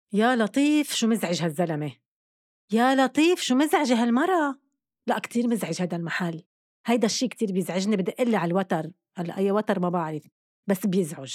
يا لطيف شو مزعج هالزلمة. يا لطيف شو مزعجة هالمرة. لا كتير مزعج هيدا المحل. هيدا الشي كتير بيزعجني. بدي قلي على الوتر. هلا أي وتر ما بعرف، بس بيزعج.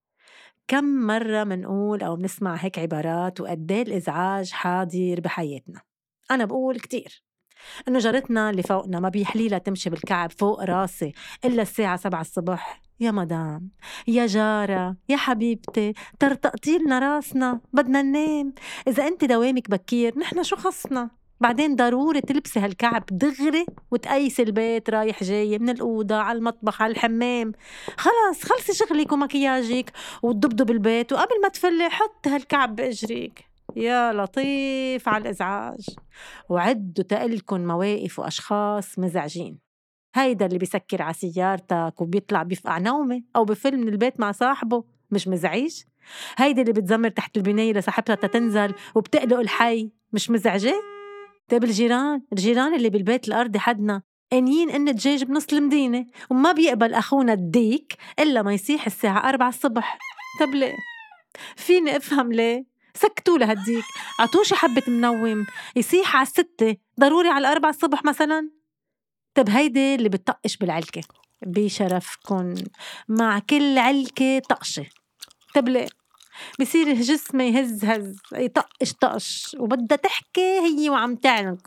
كم مرة منقول أو منسمع هيك عبارات وقديه الإزعاج حاضر بحياتنا. أنا بقول كتير إنه جارتنا اللي فوقنا ما بيحليلها تمشي بالكعب فوق راسي إلا الساعة 7 الصبح. يا مدام، يا جارة، يا حبيبتي، ترتقطيلنا راسنا، بدنا ننام. إذا أنت دوامك بكير نحن شو خصنا؟ بعدين ضروري تلبسي هالكعب دغري وتقيسي البيت رايح جاي من الأوضة على المطبخ على الحمام. خلاص خلصي شغلك ومكياجك وتضبضب البيت، وقبل ما تفلي حطي هالكعب بإجريك. يا لطيف على الإزعاج. وعدوا تقلكن مواقف وأشخاص مزعجين. هيدا اللي بيسكر على سيارتك وبيطلع بيفقع نومه أو بفل من البيت مع صاحبه، مش مزعج؟ هيدا اللي بتزمر تحت البناية لصاحبتها تتنزل وبتقلق الحي، مش مزعجة؟ طيب الجيران اللي بالبيت الأرضي حدنا قانيين إن دجاج بنص المدينة وما بيقبل أخونا الديك إلا ما يصيح الساعة 4 الصبح. طب ليه؟ فيني أفهم ليه؟ سكتوا لهديك، عطوشي حبة منوم يصيح على 6 ضروري على 4 الصبح مثلا. طب هيدي اللي بتطقش بالعلكة بشرفكن، مع كل علكة طقشة. طب ليه؟ بصير جسمي يهز يطقش طقش وبدها تحكي هي وعم تعلن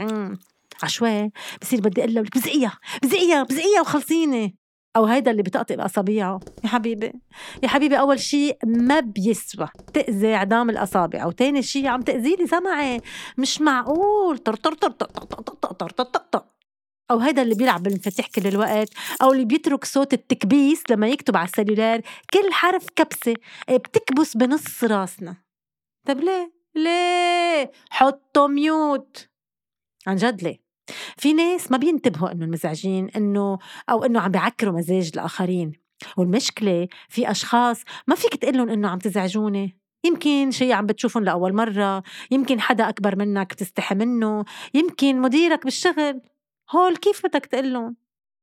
عشوائي. بصير بدي أقول لك بزقيها وخلصيني. أو هيدا اللي بتقطق بأصابيعه. يا حبيبي يا حبيبي، أول شي ما بيسوى تأذي عظام الأصابع، وتاني شي عم تأذيلي سمعي. مش معقول طر طر طر طر طر طر طر طر طر طر. أو هيدا اللي بيلعب بالمفاتيح كل الوقت، أو اللي بيترك صوت التكبيس لما يكتب على السلولار كل حرف كبسة بتكبس بنص راسنا. طب ليه حطوا ميوت. عن جد ليه؟ في ناس ما بينتبهوا إنه المزعجين أو إنه عم بيعكروا مزاج الآخرين. والمشكلة في أشخاص ما فيك تقلن إنه عم تزعجوني. يمكن شي عم بتشوفن لأول مرة، يمكن حدا أكبر منك بتستحي منه، يمكن مديرك بالشغل. هول كيف بدك تقلن؟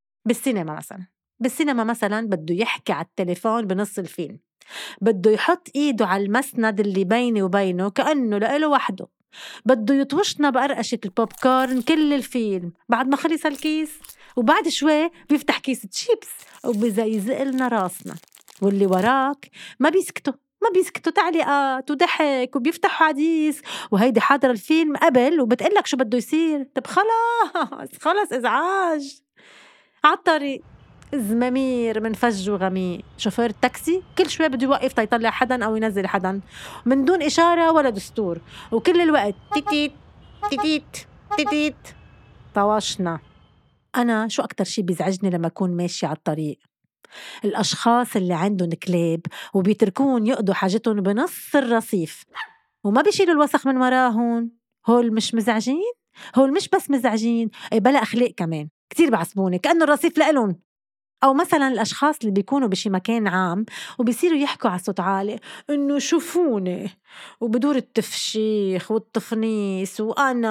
بالسينما مثلا بده يحكي على التليفون بنص الفيلم، بده يحط إيده على المسند اللي بيني وبينه كأنه لإله وحده، بده يطوشنا بقرقشة البوب كورن كل الفيلم بعد ما خلص الكيس، وبعد شوي بيفتح كيس تشيبس وبيزيزق لنا راسنا. واللي وراك ما بيسكتوا تعليقات وضحك وبيفتحوا حديث، وهيدي حاضر الفيلم قبل وبتقلك شو بده يصير. طب خلاص إزعاج عالطريق. زمامير من فج وغميق. شوفير التاكسي كل شوي بده يوقف تيطلع حدا أو ينزل حدا من دون إشارة ولا دستور، وكل الوقت تيتيت تيتيت تيتيت. طوشنا. أنا شو أكتر شي بيزعجني لما أكون ماشي على الطريق؟ الأشخاص اللي عندهم كلاب وبيتركون يقضوا حاجتهم بنص الرصيف وما بيشيلوا الوسخ من وراهن. هول مش مزعجين؟ هول مش بس مزعجين، بلا أخلاق كمان. كتير بعصبوني كأنه الرصيف لإلن. أو مثلا الأشخاص اللي بيكونوا بشي مكان عام وبيصيروا يحكوا على صوت عالي إنه شوفوني، وبدور التفشيخ والتفنيس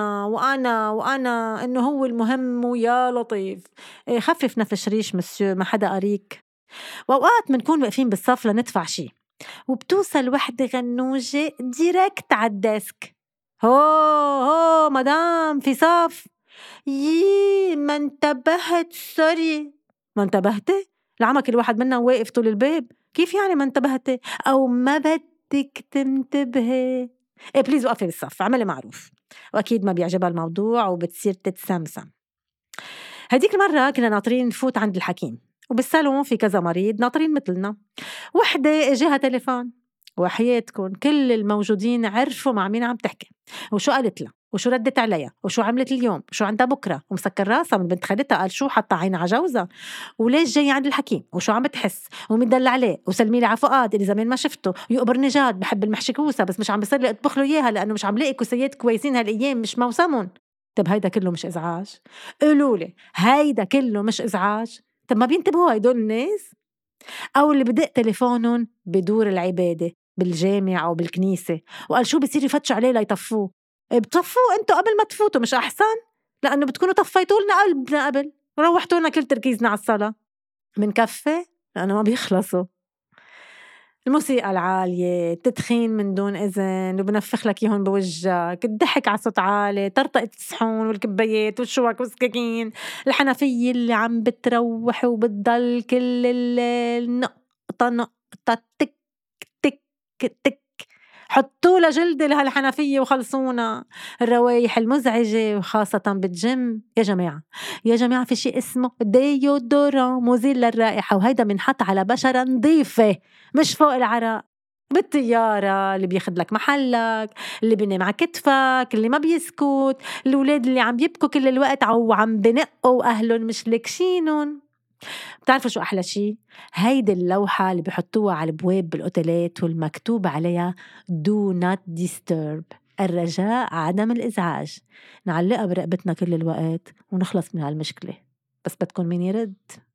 وأنا إنه هو المهم. ويا لطيف خفف نفس ريش مسيو، ما حدا قريك. وأوقات منكون واقفين بالصف لندفع شي وبتوصل وحدة غنوجة ديركت على الديسك. هو مدام في صف. ما انتبهت سوري. ما انتبهتي؟ لعمك الواحد منا واقف طول الباب. كيف يعني ما انتبهتي؟ أو ما بدك تنتبهي؟ إيه بليز وقفي بالصف، عملي معروف. وأكيد ما بيعجبها الموضوع وبتصير تتسمسم. هديك المرة كنا ناطرين نفوت عند الحكيم، وبالصالون في كذا مريض ناطرين مثلنا. وحدة اجاها تليفون، وحياتكن كل الموجودين عرفوا مع مين عم تحكي وشو قالت لها وشو ردت عليها وشو عملت اليوم وشو عندها بكرة، ومسكر راسها من بنت خالتها قال شو حط عينها على جوزها، وليش جاي عند الحكيم وشو عم بتحس ومدلع عليه، وسلمي لي على فؤاد اللي زمان ما شفته، يقبر نجاد بحب المحشي كوسة بس مش عم بيصير لي اطبخ له اياها لانه مش عم لاقي كوسيات كويسين هالايام مش موسمهم. طب هيدا كله مش ازعاج؟ قولولي هيدا كله مش ازعاج؟ طب ما بينتبهوا هيدول الناس؟ أو اللي بدق تليفونهم بدور العبادة بالجامع أو بالكنيسة وقال شو بصير يفتشوا عليه ليطفوه. بتطفوه انتوا قبل ما تفوتوا مش أحسن؟ لأنه بتكونوا طفيتوا لنا قلبنا قبل وروحتوا لنا كل تركيزنا على الصلاة. من كفة لأنه ما بيخلصوا. الموسيقى العالية، التدخين من دون إذن وبنفخ لك يهون بوجهك، الضحك على صوت عالي، طرطقة الصحون والكبايات والشوك والسكاكين، الحنفية اللي عم بتروح وبتضل كل الليل نقطة نقطة تك تك تك. حطوا له جلد لهالحنفية وخلصونا. الروايح المزعجة وخاصة بالجيم. يا جماعة في شيء اسمه ديودوران مزيل للرائحة، وهيدا منحط على بشرة نظيفة مش فوق العرق. بالطيارة اللي بياخد لك محلك، اللي بينام على كتفك، اللي ما بيسكت، الولاد اللي عم يبكوا كل الوقت أو عم بنقوا وأهلهم مش لكشينهم. بتعرفوا شو أحلى شي؟ هيدي اللوحة اللي بيحطوها على البواب بالأوتيلات والمكتوب عليها Do not disturb، الرجاء عدم الإزعاج. نعلقها برقبتنا كل الوقت ونخلص من هالمشكلة. بس بدكن مين يرد؟